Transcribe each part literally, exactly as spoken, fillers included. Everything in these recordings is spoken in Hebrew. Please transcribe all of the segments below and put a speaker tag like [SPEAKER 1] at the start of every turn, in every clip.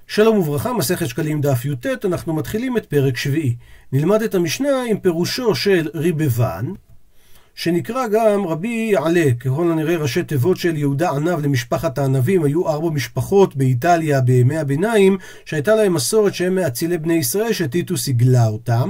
[SPEAKER 1] שלום וברכה, מסכת שקלים דף י"ט, אנחנו מתחילים את פרק שביעי. נלמד את המשנה עם פירושו של ריבבן, שנקרא גם רבי עלה, ככל הנראה ראשי תיבות של יהודה ענב למשפחת הענבים. היו ארבע משפחות באיטליה בימי הביניים, שהייתה להם מסורת שהם מאצילי בני ישראל, שטיטוס הגלה אותם.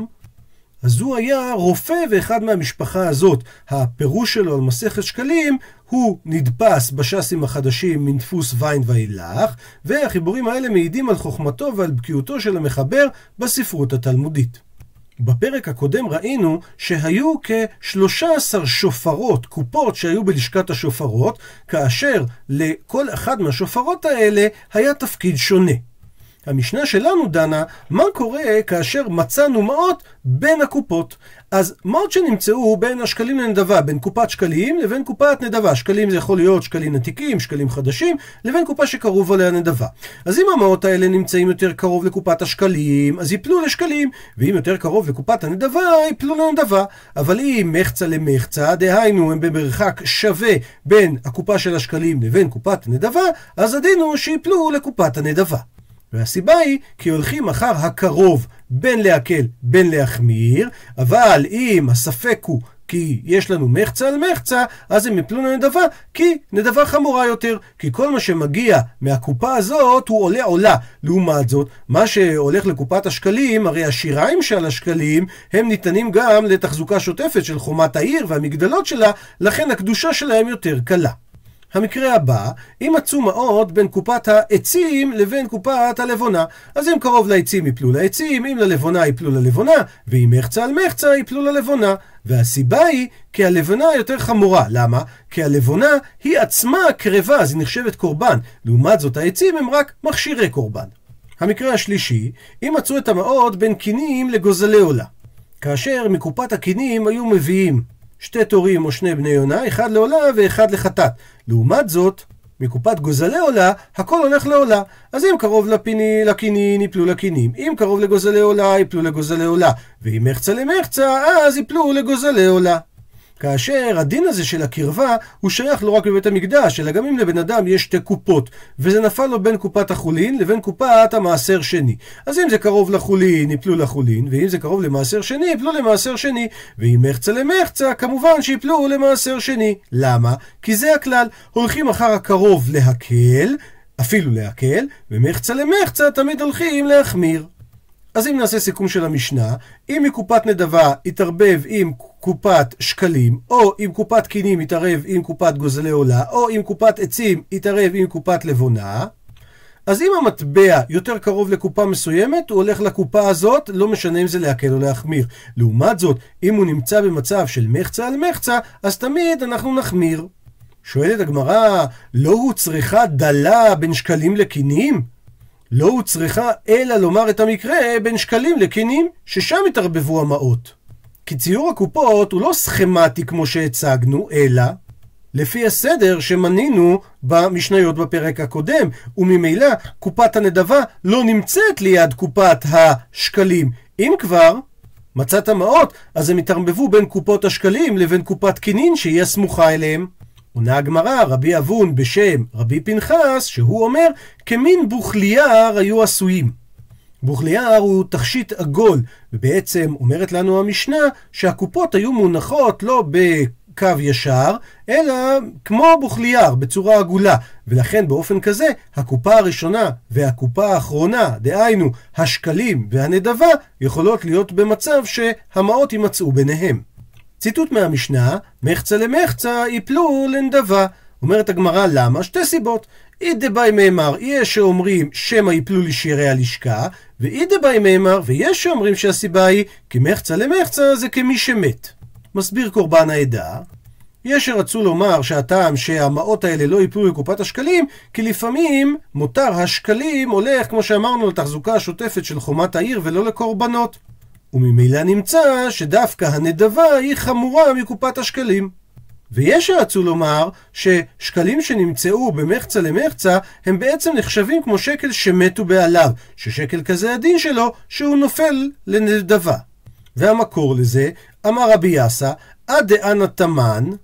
[SPEAKER 1] אז הוא היה רופא ואחד מהמשפחה הזאת. הפירוש שלו על מסכת שקלים הוא נדפס בש"סים החדשים מן דפוס ויין ואילך, והחיבורים האלה מעידים על חוכמתו ועל בקיאותו של המחבר בספרות התלמודית. בפרק הקודם ראינו שהיו כ-שלושה עשר שופרות, קופות שהיו בלשכת השופרות, כאשר לכל אחד מהשופרות האלה היה תפקיד שונה. המשנה שלנו דנה מה קורה כאשר מצאנו מעות בין הקופות. אז מעות שנמצאו בין השקלים לנדבה, בין קופת שקלים לבין קופת נדבה. שקלים זה יכול להיות שקלים עתיקים, שקלים חדשים, לבין קופה שקרוב עליה נדבה. אז אם המעות האלה נמצאים יותר קרוב לקופת השקלים, אז ייפלו לשקלים, ואם יותר קרוב לקופת הנדבה, ייפלו לנדבה. אבל אם מחצה למחצה, דהיינו הם במרחק שווה בין הקופה של השקלים לבין קופת הנדבה, אז הדין הוא שיפלו לקופת הנדבה. והסיבה היא כי הולכים אחר הקרוב בין להקל בין להחמיר, אבל אם הספק הוא כי יש לנו מחצה על מחצה, אז הם יפלו לנדבה, כי נדבה חמורה יותר, כי כל מה שמגיע מהקופה הזאת הוא עולה עולה. לעומת זאת, מה שהולך לקופת השקלים, הרי השיריים של השקלים הם ניתנים גם לתחזוקה שוטפת של חומת העיר והמגדלות שלה, לכן הקדושה שלהם יותר קלה. המקרה הבא, אם מצאו מעות בין קופת העצים לבין קופת הלבונה, אז אם קרוב לעצים יפלו לעצים, אם ללבונה יפלו ללבונה, ואם מחצה על מחצה יפלו ללבונה. והסיבה היא כי הלבונה יותר חמורה. למה? כי הלבונה היא עצמה קרבה, אז היא נחשבת קורבן. לעומת זאת העצים הם רק מכשירי קורבן. המקרה השלישי, אם מצאו את המעות בין קינים לגוזלי עולה, כאשר מקופת הקינים היו מביאים שתי תורים או שני בני יונה, אחד לעולה ואחד לחטאת. לעומת זאת, מקופת גוזלי עולה, הכל הולך לעולה. אז אם קרוב לפיני, לקינין, יפלו לקינים. אם קרוב לגוזלי עולה, יפלו לגוזלי עולה. ואם מחצה למחצה, אז יפלו לגוזלי עולה. כאשר הדין הזה של הקרבה הוא שייך לא רק לבית המקדש, אלא גם אם לבן אדם יש שתי קופות, וזה נפל לו בין קופת החולין לבין קופת המעשר שני. אז אם זה קרוב לחולין, יפלו לחולין, ואם זה קרוב למעשר שני, יפלו למעשר שני, ואם מחצה למחצה, כמובן שיפלו למעשר שני. למה? כי זה הכלל, הולכים אחר הקרוב להקל, אפילו להקל, ומחצה למחצה תמיד הולכים להחמיר. אז אם נעשה סיכום של המשנה, אם מקופת נדבה יתערבב עם קופת שקלים, או אם קופת קינים יתערב עם קופת גוזלי עולה, או אם קופת עצים יתערב עם קופת לבונה, אז אם המטבע יותר קרוב לקופה מסוימת, הוא הולך לקופה הזאת, לא משנה אם זה להקל או להחמיר. לעומת זאת, אם הוא נמצא במצב של מחצה על מחצה, אז תמיד אנחנו נחמיר. שואלת הגמרא, לא הוא צריכה דלה בין שקלים לקינים? לא הוא צריכה אלא לומר את המקרה בין שקלים לקינים, ששם התערבבו המעות. כי ציור הקופות הוא לא סכמטי כמו שהצגנו, אלא לפי הסדר שמנינו במשניות בפרק הקודם, וממילא קופת הנדבה לא נמצאת ליד קופת השקלים. אם כבר מצאת המעות, אז הם התערבבו בין קופות השקלים לבין קופת קינין שהיא סמוכה אליהם. עונה הגמרא, רבי אבון בשם רבי פנחס, שהוא אומר, כמין בוכליאר היו עשויים. בוכליאר הוא תכשיט עגול, ובעצם אומרת לנו המשנה שהקופות היו מונחות לא בקו ישר, אלא כמו בוכליאר, בצורה עגולה. ולכן באופן כזה, הקופה הראשונה והקופה האחרונה, דהיינו השקלים והנדבה, יכולות להיות במצב שהמעות יימצאו ביניהם. ציטוט מהמשנה, מחצה למחצה יפלו לנדבה. אומרת הגמרא, למה? שתי סיבות. אידה באי מאמר, יש שאומרים שמה יפלו לשירי הלשכה, ואידה באי מאמר, ויש שאומרים שהסיבה היא כי מחצה למחצה זה כמי שמת. מסביר קורבן העדה, יש שרצו לומר שהטעם שהמעות האלה לא יפלו לקופת השקלים, כי לפעמים מותר השקלים הולך, כמו שאמרנו, לתחזוקה השוטפת של חומת העיר ולא לקורבנות. וממילא נמצא שדווקא הנדבה היא חמורה מקופת השקלים. ויש שרצו לומר ששקלים שנמצאו במחצה למחצה הם בעצם נחשבים כמו שקל שמתו בעליו, ששקל כזה הדין שלו שהוא נופל לנדבה. והמקור לזה, אמר רבי יסא, עד דאנה תמן,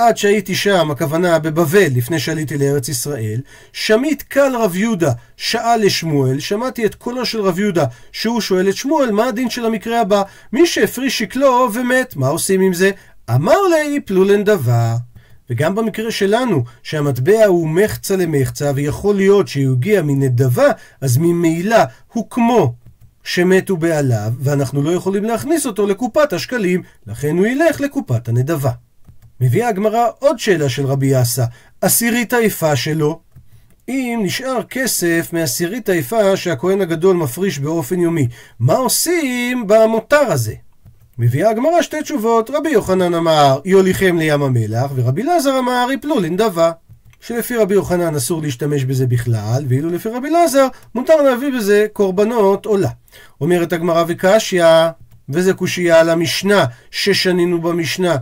[SPEAKER 1] עד שהייתי שם, הכוונה בבבל, לפני שעליתי לארץ ישראל, שמית קל רב יהודה שאל לשמואל, שמעתי את קולו של רב יהודה, שהוא שואל את שמואל, מה הדין של המקרה הבא? מי שהפריש שקלו ומת, מה עושים עם זה? אמר לי, פלולן דבה. וגם במקרה שלנו, שהמטבע הוא מחצה למחצה, ויכול להיות שהוא הגיע מנדבה, אז ממילא הוא כמו שמתו בעליו, ואנחנו לא יכולים להכניס אותו לקופת השקלים, לכן הוא ילך לקופת הנדבה. מביאה הגמרא עוד שאלה של רבי יאסא, עשירית היפה שלו. אם נשאר כסף מעשירית היפה שהכהן הגדול מפריש באופן יומי, מה עושים במותר הזה? מביאה הגמרא שתי תשובות, רבי יוחנן אמר יוליכם לים המלח, ורבי אלעזר אמר יפלולין דבה, שלפי רבי יוחנן אסור להשתמש בזה בכלל, ואילו לפי רבי אלעזר מותר להביא בזה קורבנות עולה. אומרת הגמרא וקשיא, וזה קושייה על המשנה ששנינו במשנה,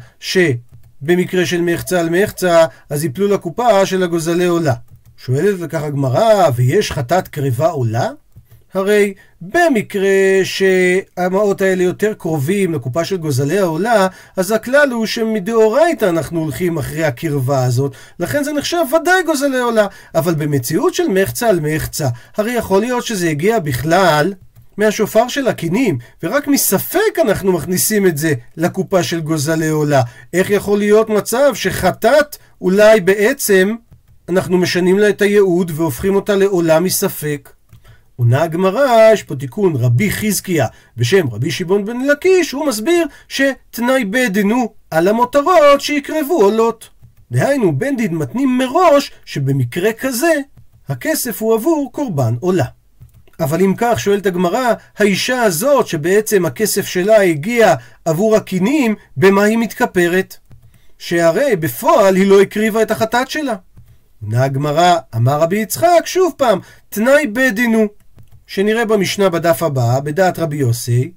[SPEAKER 1] שבמקרה של מחצה על מחצה אז יפלו לקופה של הגוזלי עולה. שואלת לכך הגמרא, ויש חטאת קרבה עולה? הרי במקרה שהמעות האלה יותר קרובים לקופה של גוזלי העולה, אז הכלל הוא שמדאורייתא אנחנו הולכים אחרי הקרבה הזאת, לכן זה נחשב ודאי גוזלי עולה. אבל במציאות של מחצה על מחצה, הרי יכול להיות שזה הגיע בכלל מהשופר של הקינים, ורק מספק אנחנו מכניסים את זה לקופה של גוזלי עולה. איך יכול להיות מצב שחטאת אולי בעצם אנחנו משנים לה את הייעוד והופכים אותה לעולה מספק? עונה הגמרא, יש פה תיקון, רבי חזקיה בשם רבי שמעון בן לקיש, הוא מסביר שתנאי בדין הוא על המותרות שיקרבו עולות. דהיינו, בן דין מתנים מראש שבמקרה כזה הכסף הוא עבור קורבן עולה. אבל אם כך, שואלת הגמרא, האישה הזאת שבעצם הכסף שלה הגיע עבור הקינים, במה היא מתכפרת? שהרי בפועל היא לא הקריבה את החטאת שלה. עונה הגמרא, אמר רבי יצחק, שוב פעם, תנאי בדין הוא, שנראה במשנה בדף הבא, בדעת רבי יוסי,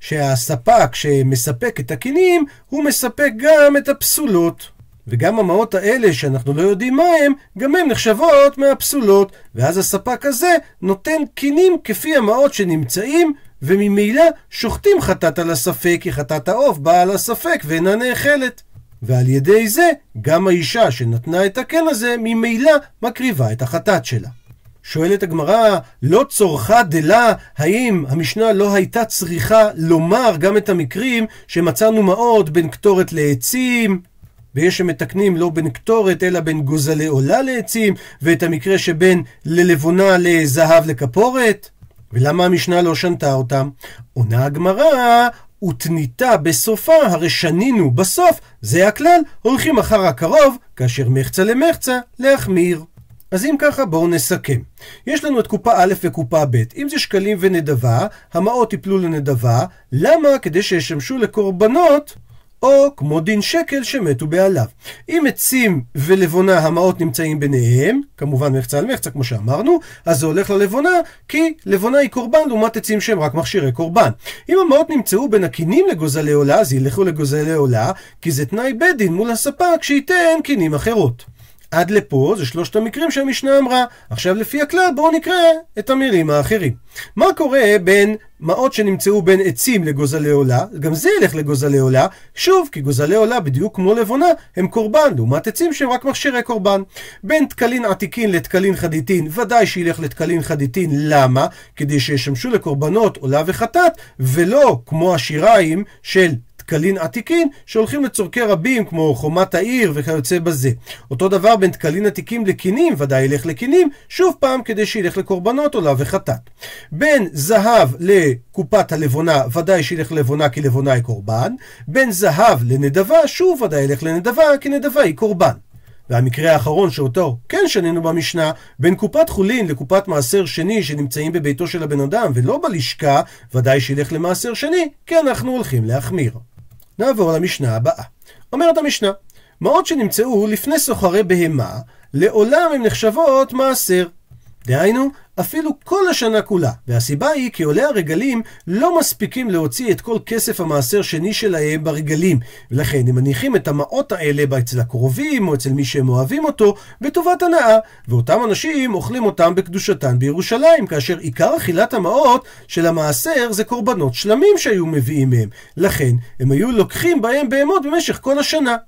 [SPEAKER 1] שהספק שמספק את הקינים, הוא מספק גם את הפסולות. וגם המעות האלה שאנחנו לא יודעים מה הם, גם הן נחשבות מהפסולות. ואז הספק הזה נותן קינים כפי המעות שנמצאים, וממילא שוחטים חטאת על הספק, כי חטאת העוף באה על הספק ואינה נאכלת. ועל ידי זה, גם האישה שנתנה את הקן הזה, ממילא מקריבה את החטאת שלה. שואלת הגמרא, לא צורכה דלה, האם המשנה לא הייתה צריכה לומר גם את המקרים שמצאנו מעות בין קטורת לעצים, ויש שמתקנים לא בין קטורת אלא בין גוזלי עולה לעצים, ואת המקרה שבין ללבונה לזהב לכפורת? ולמה המשנה לא שנתה אותם? עונה הגמרא, ותניתה בסופה, הרי שנינו בסוף, זה הכלל, הולכים אחר הקרוב, כאשר מחצה למחצה להחמיר. אז אם ככה בואו נסכם. יש לנו את קופה א' וקופה ב'. אם זה שקלים ונדבה, המעות יפלו לנדבה. למה? כדי שישמשו לקורבנות, או כמו דין שקל שמתו בעליו. אם עצים ולבונה המעות נמצאים ביניהם, כמובן מחצה על מחצה כמו שאמרנו, אז זה הולך ללבונה, כי לבונה היא קורבן לעומת עצים שהם רק מכשירי קורבן. אם המעות נמצאו בין הקינים לגוזלי עולה, אז ילכו לגוזלי עולה, כי זה תנאי בדין מול הספק שייתן קינים אחרות. עד לפה זה שלושת המקרים שהמשנה אמרה. עכשיו לפי הכלל בואו נקרא את המילים האחרים. מה קורה בין מעות שנמצאו בין עצים לגוזלי עולה? גם זה ילך לגוזלי עולה, שוב, כי גוזלי עולה בדיוק כמו לבונה הם קורבן, לעומת עצים שהם רק מכשירי קורבן. בין תקלין עתיקין לתקלין חדיתין, ודאי שילך לתקלין חדיתין. למה? כדי שישמשו לקורבנות עולה וחטאת, ולא כמו השיריים של תקלין עתיקין שהולכים לצורכי רבים כמו חומת העיר וכיוצא בזה. אותו דבר בין תקלין עתיקים לקינים, ודאי ילך לקינים, שוב פעם כדי שילך לקורבנות עולה וחטאת. בין זהב לקופת הלבונה, ודאי שילך לבונה כי לבונה היא קורבן. בין זהב לנדבה, שוב ודאי ילך לנדבה כי נדבה היא קורבן. והמקרה האחרון שאותו כן שנינו במשנה, בין קופת חולין לקופת מעשר שני שנמצאים בביתו של הבן אדם ולא בלשכה, ודאי שילך למעשר שני כי אנחנו הולכים להחמיר. נעבור למשנה הבאה. אומרת המשנה, מעות שנמצאו לפני סוחרי בהמה, לעולם הן נחשבות מעשר. דהיינו, אפילו כל השנה כולה. והסיבה היא כי עולי הרגלים לא מספיקים להוציא את כל כסף המעשר שני שלהם ברגלים. ולכן הם מניחים את המעות האלה אצל הקרובים או אצל מי שהם אוהבים אותו בטובת הנאה. ואותם אנשים אוכלים אותם בקדושתן בירושלים, כאשר עיקר אכילת המעות של המעשר זה קורבנות שלמים שהיו מביאים מהם. לכן הם היו לוקחים בהם בהמות במשך כל השנה.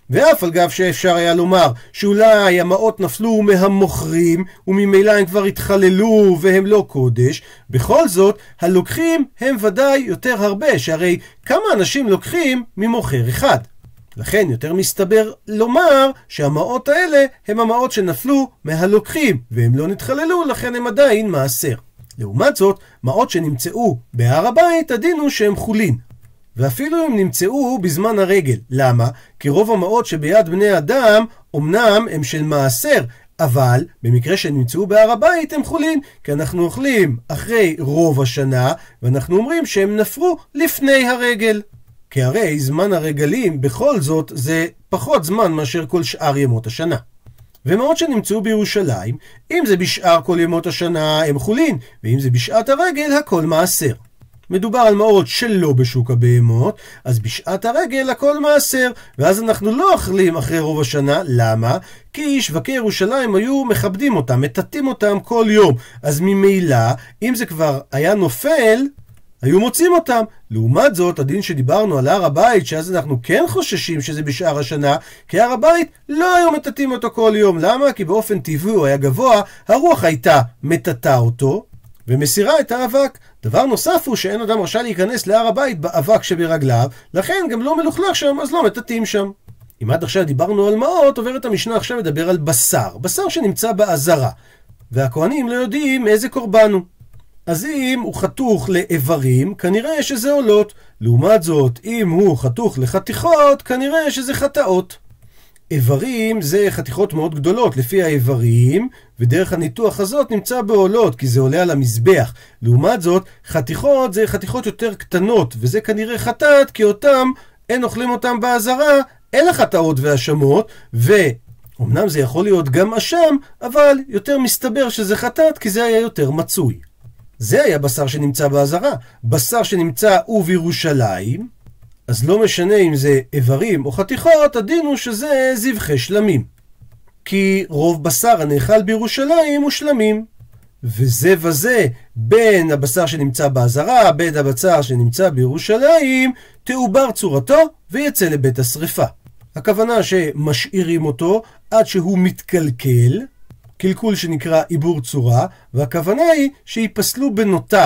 [SPEAKER 1] ואף על גב שאפשר היה לומר שאולי המעות נפלו מהמוכרים וממילא הם כבר התחללו והם לא קודש, בכל זאת הלוקחים הם ודאי יותר הרבה, שהרי כמה אנשים לוקחים ממוכר אחד. לכן יותר מסתבר לומר שהמעות האלה הם המעות שנפלו מהלוקחים והם לא נתחללו, לכן הם עדיין מעשר. לעומת זאת, מעות שנמצאו בהר הבית הדין הוא שהם חולין, ואפילו הם נמצאו בזמן הרגל. למה? כי רוב המעות שביד בני אדם אמנם הם של מעשר, אבל במקרה שנמצאו בהר הבית הם חולין, כי אנחנו אוכלים אחרי רוב השנה ואנחנו אומרים שהם נפרו לפני הרגל, כי הרי זמן הרגלים בכל זאת זה פחות זמן מאשר כל שאר ימות השנה. ומעות שנמצאו בירושלים, אם זה בשאר כל ימות השנה הם חולין, ואם זה בשעת הרגל הכל מעשר. מדובר על מעות שלא בשוק הבהמות, אז בשעת הרגל הכל מעשר, ואז אנחנו לא אוכלים אחרי רוב השנה. למה? כי שווקי ירושלים היו מכבדים אותם, מטטים אותם כל יום, אז ממילא אם זה כבר היה נופל היו מוצאים אותם. לעומת זאת, הדין שדיברנו על הר הבית, שאז אנחנו כן חוששים שזה בשאר השנה, כי הר הבית לא היו מטטים אותו כל יום. למה? כי באופן טבעי הוא היה גבוה, הרוח הייתה מטטה אותו ומסירה את האבק. דבר נוסף הוא שאין אדם רשאי להיכנס להר הבית באבק שברגליו, לכן גם לא מלוכלך שם, אז לא מטטים שם. אם עד עכשיו דיברנו על מעות, עוברת המשנה עכשיו לדבר על בשר, בשר שנמצא בעזרה, והכהנים לא יודעים מאיזה קורבן הוא. אז אם הוא חתוך לאיברים, כנראה שזה עולות. לעומת זאת, אם הוא חתוך לחתיכות, כנראה שזה חטאות. איברים זה חתיכות מאוד גדולות לפי האיברים, ודרך הניתוח הזאת נמצא בעולות, כי זה עולה על המזבח. לעומת זאת, חתיכות זה חתיכות יותר קטנות, וזה כנראה חטאת, כי אותם אין אוכלים אותם בעזרה, אלא חטאות והשמות, ואומנם זה יכול להיות גם אשם, אבל יותר מסתבר שזה חטאת, כי זה היה יותר מצוי. זה היה בשר שנמצא בעזרה. בשר שנמצא ובירושלים, אז לא משנה אם זה איברים או חתיכות, הדין הוא שזה זבחי שלמים, כי רוב בשר הנאכל בירושלים הוא שלמים. וזה וזה בין הבשר שנמצא בעזרה, בין הבשר שנמצא בירושלים, תעובר צורתו ויצא לבית השריפה. הכוונה שמשאירים אותו עד שהוא מתקלקל, קלקול שנקרא עיבור צורה, והכוונה היא שיפסלו בנותר,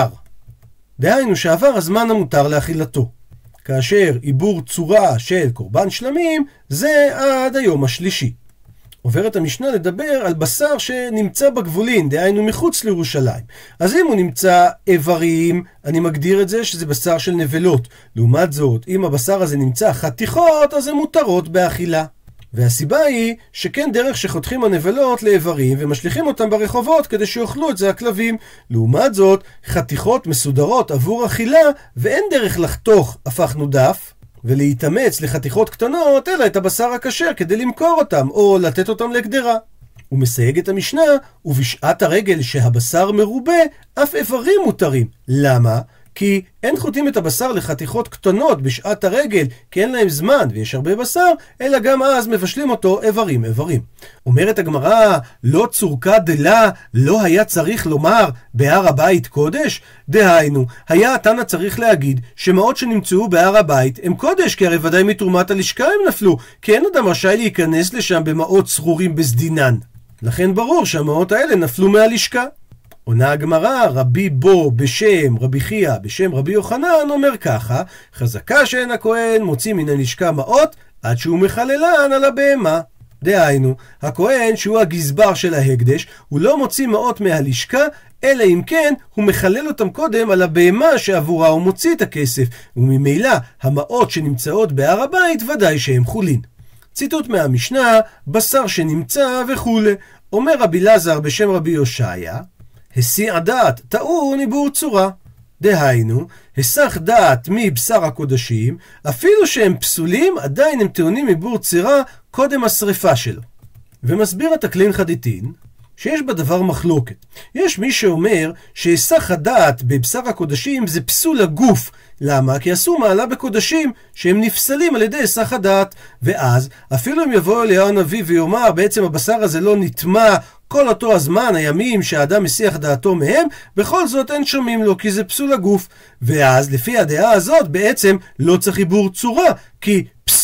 [SPEAKER 1] דהיינו שעבר הזמן המותר לאכילתו. כאשר עיבור צורה של קורבן שלמים זה עד היום השלישי. עוברת המשנה לדבר על בשר שנמצא בגבולין, דהיינו מחוץ לירושלים. אז אם הוא נמצא איברים, אני מגדיר את זה שזה בשר של נבלות. לעומת זאת, אם הבשר הזה נמצא חתיכות, אז זה מותרות באכילה. והסיבה היא שכן דרך שחותכים הנבלות לאיברים ומשליכים אותם ברחובות כדי שיאכלו את זה הכלבים. לעומת זאת, חתיכות מסודרות עבור אכילה, ואין דרך לחתוך הפכנו דף ולהתאמץ לחתיכות קטנות, אלא את הבשר הכשר כדי למכור אותם או לתת אותם לגדרה. הוא מסייג את המשנה, ובשעת הרגל שהבשר מרובה, אף איברים מותרים. למה? כי אין חותים את הבשר לחתיכות קטנות בשעת הרגל, כי אין להם זמן ויש הרבה בשר, אלא גם אז מבשלים אותו איברים איברים. אומרת הגמרא, לא צורקה דלה, לא היה צריך לומר בהר הבית קודש? דהיינו, היה התנא צריך להגיד שמעות שנמצאו בהר הבית הם קודש, כי הרי ודאי מתרומת הלשכה הם נפלו, כי אין אדם רשאי להיכנס לשם במעות צרורים בסדינן. לכן ברור שהמעות האלה נפלו מהלשכה. עונה הגמרא, רבי בו בשם רבי חייא בשם רבי יוחנן אומר ככה, חזקה שאין הכהן מוציא מן הלשכה מעות עד שהוא מחללן על הבהמה. דהיינו, הכהן שהוא הגזבר של ההקדש, הוא לא מוציא מעות מהלשכה, אלא אם כן הוא מחלל אותם קודם על הבהמה שעבורה הוא מוציא את הכסף, וממילא המעות שנמצאות בהר הבית ודאי שהם חולין. ציטוט מהמשנה, בשר שנמצא וכו'. אומר רבי אלעזר בשם רבי יושעיה, הסיע דעת טעון עיבור צורה. דהיינו, הסח דעת מבשר הקודשים, אפילו שהם פסולים, עדיין הם טעונים עיבור צרה קודם השריפה שלו. ומסביר התקלין חדיתין שיש בדבר מחלוקת. יש מי שאומר שהסח הדעת בבשר הקודשים זה פסול הגוף. למה? כי עשו מעלה בקודשים שהם נפסלים על ידי הסח הדעת, ואז אפילו אם יבוא אליהו הנביא ויאמר בעצם הבשר הזה לא נטמע כל אותו הזמן, הימים שהאדם מסיח דעתו מהם, בכל זאת אין שומעים לו כי זה פסול הגוף. ואז לפי הדעה הזאת בעצם לא צריך עיבור צורה, כי פסול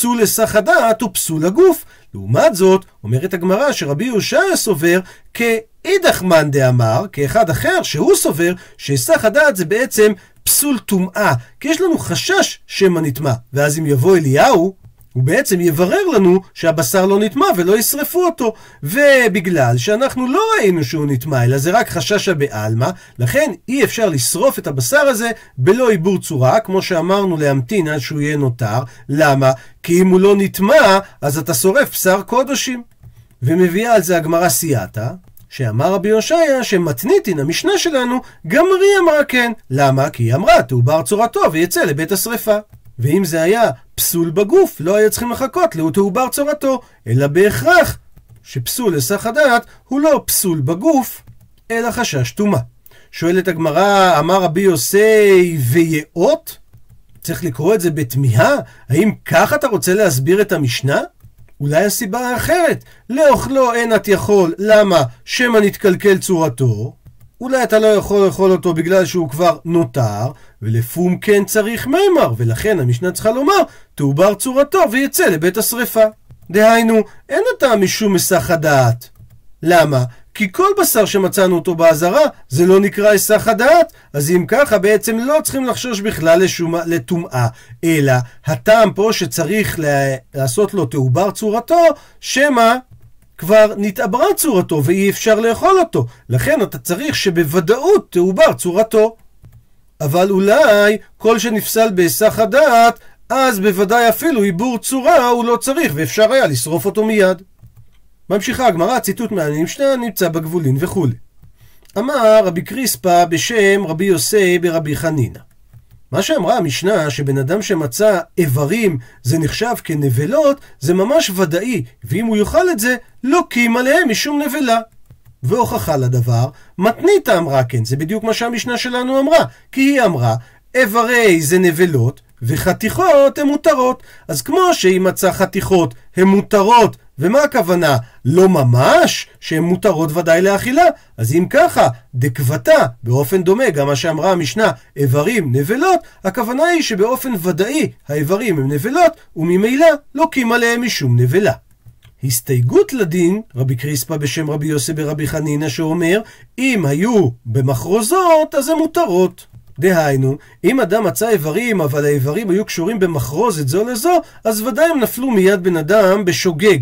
[SPEAKER 1] פסול לסח הדעת ופסול הגוף. לעומת זאת, אומרת הגמרא שרבי יהושע סובר כאידך מאן דאמר, כאחד אחר שהוא סובר שסח הדעת זה בעצם פסול טומאה, כי יש לנו חשש שמא נטמא, ואז אם יבוא אליהו, הוא בעצם יברר לנו שהבשר לא נטמא ולא ישרפו אותו, ובגלל שאנחנו לא ראינו שהוא נטמא, אלא זה רק חששה בעלמא, לכן אי אפשר לשרוף את הבשר הזה בלא עיבור צורה, כמו שאמרנו להמתין עד שהוא יהיה נותר. למה? כי אם הוא לא נטמא, אז אתה שורף בשר קודשים. ומביאה על זה הגמרא סייעתא, שאמר רבי יהושע שמתניתין המשנה שלנו, גם רי אמרה כן. למה? כי היא אמרה תעובר צורתו ויצא לבית השריפה. ואם זה היה פסול בגוף, לא היה צריכים לחכות לו תעובר צורתו, אלא בהכרח שפסול לסח הדעת הוא לא פסול בגוף, אלא חשש טומאה. שואלת הגמרא, אמר רבי יוסי ויאות? צריך לקרוא את זה בתמיהה? האם כך אתה רוצה להסביר את המשנה? אולי הסיבה האחרת, לאוכלו אין את יכול, למה? שמא נתקלקל צורתו. אולי אתה לא יכול לאכול אותו בגלל שהוא כבר נותר, ולפום כן צריך מימר, ולכן המשנה צריכה לומר, תעובר צורתו ויצא לבית השריפה. דהיינו, אין אותה משום מסח הדעת. למה? כי כל בשר שמצאנו אותו בעזרה, זה לא נקרא הסח הדעת, אז אם ככה בעצם לא צריכים לחשוש בכלל לטומאה, אלא הטעם פה שצריך לעשות לו תעובר צורתו, שמה כבר נתעברה צורתו ואי אפשר לאכול אותו, לכן אתה צריך שבוודאות תעובר צורתו. אבל אולי כל שנפסל בהסח הדעת, אז בוודאי אפילו עיבור צורה הוא לא צריך ואפשר היה לשרוף אותו מיד. ממשיכה הגמרא, ציטוט מהמשנה נמצא בגבולין וכו'. אמר רבי קריספא בשם רבי יוסי ברבי חנינא. מה שאמרה המשנה שבן אדם שמצא איברים זה נחשב כנבלות, זה ממש ודאי, ואם הוא יאכל את זה לא קיים עליהם משום נבלה. והוכחה לדבר, מתניתא אמרה כן, זה בדיוק מה שהמשנה שלנו אמרה, כי היא אמרה איברי זה נבלות וחתיכות הן מותרות. אז כמו שהיא מצאה חתיכות הן מותרות, ומה הכוונה? לא ממש שהן מותרות ודאי לאכילה. אז אם ככה, דקבתה, באופן דומה גם מה שאמרה המשנה, איברים נבלות, הכוונה היא שבאופן ודאי האיברים הם נבלות, וממילא לא קיים עליהם משום נבלה. הסתייגות לדין, רבי קריספא בשם רבי יוסי ברבי חנינא שאומר, אם היו במחרוזות אז הן מותרות. דהיינו, אם אדם מצא איברים אבל האיברים היו קשורים במחרוזת זו לזו, אז ודאי הם נפלו מיד בן אדם בשוגג,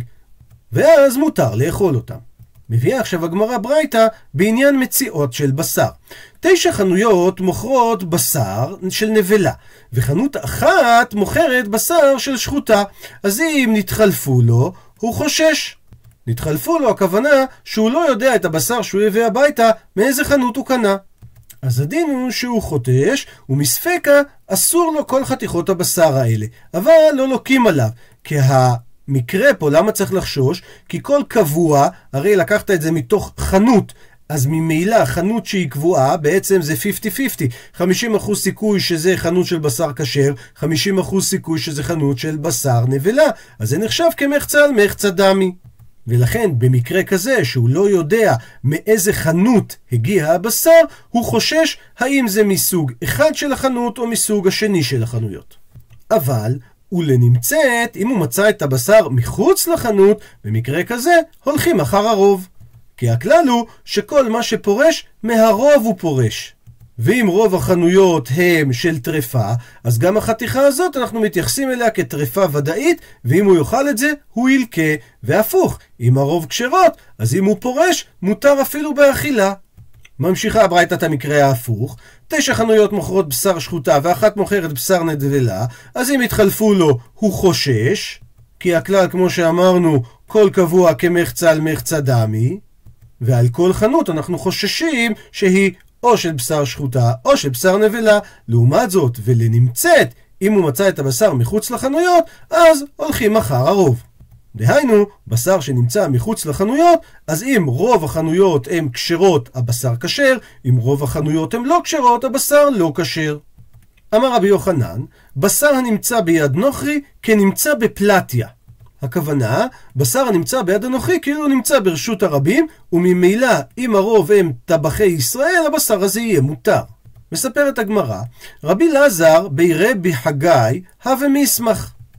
[SPEAKER 1] ואז מותר לאכול אותם. מביאה עכשיו הגמרא ברייתא בעניין מציאות של בשר. תשע חנויות מוכרות בשר של נבלה, וחנות אחת מוכרת בשר של שחוטה. אז אם נתחלפו לו, הוא חושש. נתחלפו לו הכוונה שהוא לא יודע את הבשר שהוא הביא הביתה מאיזה חנות הוא קנה. אז הדין הוא שהוא חוטש, ומספקה אסור לו כל חתיכות הבשר האלה, אבל לא לוקים עליו, כי המקרה פה למה צריך לחשוש? כי כל קבוע, הרי לקחת את זה מתוך חנות, אז ממילא חנות שהיא קבועה בעצם זה חמישים חמישים, חמישים אחוז סיכוי שזה חנות של בשר כשר, חמישים אחוז סיכוי שזה חנות של בשר נבלה, אז זה נחשב כמחצה על מחצה דמי. ולכן במקרה כזה שהוא לא יודע מאיזה חנות הגיע הבשר, הוא חושש האם זה מסוג אחד של החנות או מסוג השני של החנויות. אבל ולנמצאת, אם הוא מצא את הבשר מחוץ לחנות, במקרה כזה הולכים אחר הרוב. כי הכלל הוא שכל מה שפורש מהרוב הוא פורש. ואם רוב החנויות הם של טרפה, אז גם החתיכה הזאת אנחנו מתייחסים אליה כטרפה ודאית, ואם הוא יאכל את זה, הוא ילקה. והפוך, אם הרוב כשרות, אז אם הוא פורש, מותר אפילו באכילה. ממשיכה הברייתא את המקרה ההפוך, תשע חנויות מוכרות בשר שחוטה ואחת מוכרת בשר נדבלה, אז אם יתחלפו לו, הוא חושש, כי הכלל כמו שאמרנו, כל קבוע כמחצה על מחצה דמי, ועל כל חנות אנחנו חוששים שהיא או של בשר שחוטה או של בשר נבלה. לעומת זאת, ולנמצאת, אם הוא מצא את הבשר מחוץ לחנויות, אז הולכים אחר הרוב. דהיינו, בשר שנמצא מחוץ לחנויות, אז אם רוב החנויות הן כשרות, הבשר כשר, אם רוב החנויות הן לא כשרות, הבשר לא כשר. אמר רבי יוחנן, בשר הנמצא ביד נוכרי כנמצא בפלטיה. הכוונה, בשר הנמצא ביד הנוכרי כאילו נמצא ברשות הרבים, וממילא אם הרוב הם טבחי ישראל, הבשר הזה יהיה מותר. מספרת הגמרא, רבי אלעזר בי רבי חגי הווה מסמך.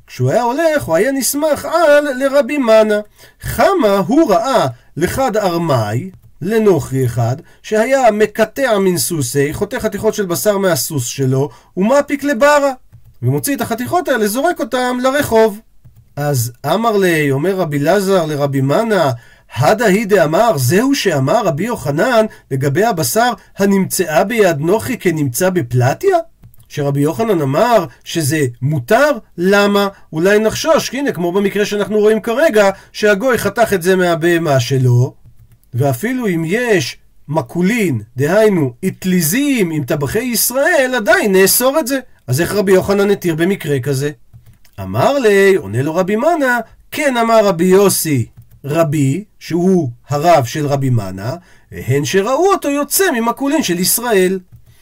[SPEAKER 1] כשהוא היה הולך, הוא היה נסמך על לרבי מנה. חמה הוא ראה לחד ארמי, לנוכרי אחד, שהיה מקטע מן סוסי, חותך חתיכות של בשר מהסוס שלו, ומפיק לברה, ומוציא את החתיכות האלה, זורק אותם לרחוב. אז אמר לי, אומר רבי אלעזר לרבי מנה, הדה הידה אמר, זהו שאמר רבי יוחנן לגבי הבשר הנמצאה ביד נוכרי כנמצא בפלטיה? שרבי יוחנן אמר שזה מותר? למה? אולי נחשוש, הנה כמו במקרה שאנחנו רואים כרגע, שהגוי חתך את זה מהבהמה שלו, ואפילו אם יש מקולין, דהיינו אטליזים עם טבחי ישראל, עדיין נאסור את זה. אז איך רבי יוחנן התיר במקרה כזה? אמר לי, עונה לו רבי מנה, כן אמר רבי יוסי, רבי, שהוא הרב של רבי מנה, הן שראו אותו יוצא ממקולין של ישראל.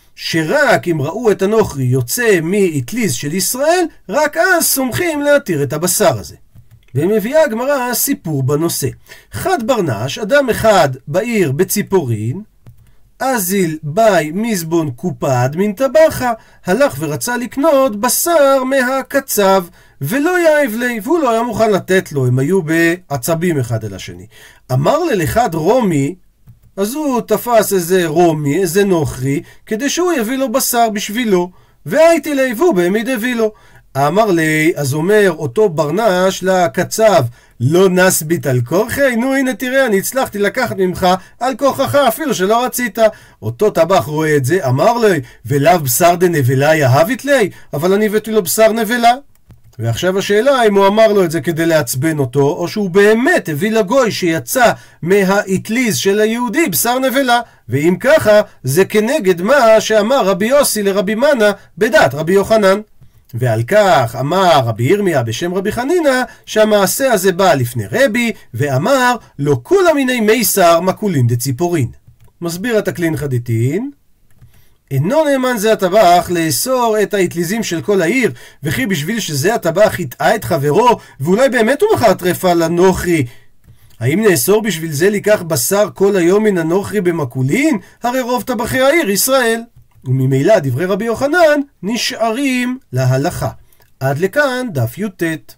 [SPEAKER 1] שרק אם ראו את הנוכרי יוצא מאטליז של ישראל, רק אז סומכים להתיר את הבשר הזה. ומביאה הגמרא סיפור בנושא. חד ברנש, אדם אחד בעיר בציפורין, אזיל ביי מזבון קופד מן טבחה, הלך ורצה לקנות בשר מהקצב, ולא יאהב לי, והוא לא היה מוכן לתת לו, הם היו בעצבים אחד אל השני. אמר לאחד רומי, אז הוא תפס איזה רומי, איזה נוכרי, כדי שהוא יביא לו בשר בשבילו, והייתי לי, והוא באמת הביא לו. אמר לי, אז אומר אותו ברנש לקצב, לא נסבית על כורחי? נו הנה תראה, אני הצלחתי לקחת ממך על כורחך אפילו שלא רצית. אותו טבח רואה את זה, אמר לי, ולאו בשר דנבלה יהבית לי? אבל אני הבאתי לו בשר נבלה. ועכשיו השאלה אם הוא אמר לו את זה כדי לעצבן אותו, או שהוא באמת הביא לגוי שיצא מהאטליז של היהודי בשר נבלה. ואם ככה, זה כנגד מה שאמר רבי יוסי לרבי מנה בדעת רבי יוחנן. ועל כך אמר רבי ירמיה בשם רבי חנינה, שהמעשה הזה בא לפני רבי, ואמר, לא כולה מיני מיסר מקולים דציפורין. מסביר התקלין חדיתין, אינו נאמן זה הטבח לאסור את האטליזים של כל העיר, וכי בשביל שזה הטבח יטעה את חברו, ואולי באמת הוא מכר טרפה לנוכרי, האם נאסור בשביל זה לקח בשר כל היום מן הנוכרי במקולין? הרי רוב טבחי העיר ישראל. וממילא דברי רבי יוחנן נשארים להלכה. עד לכאן דף י"ט.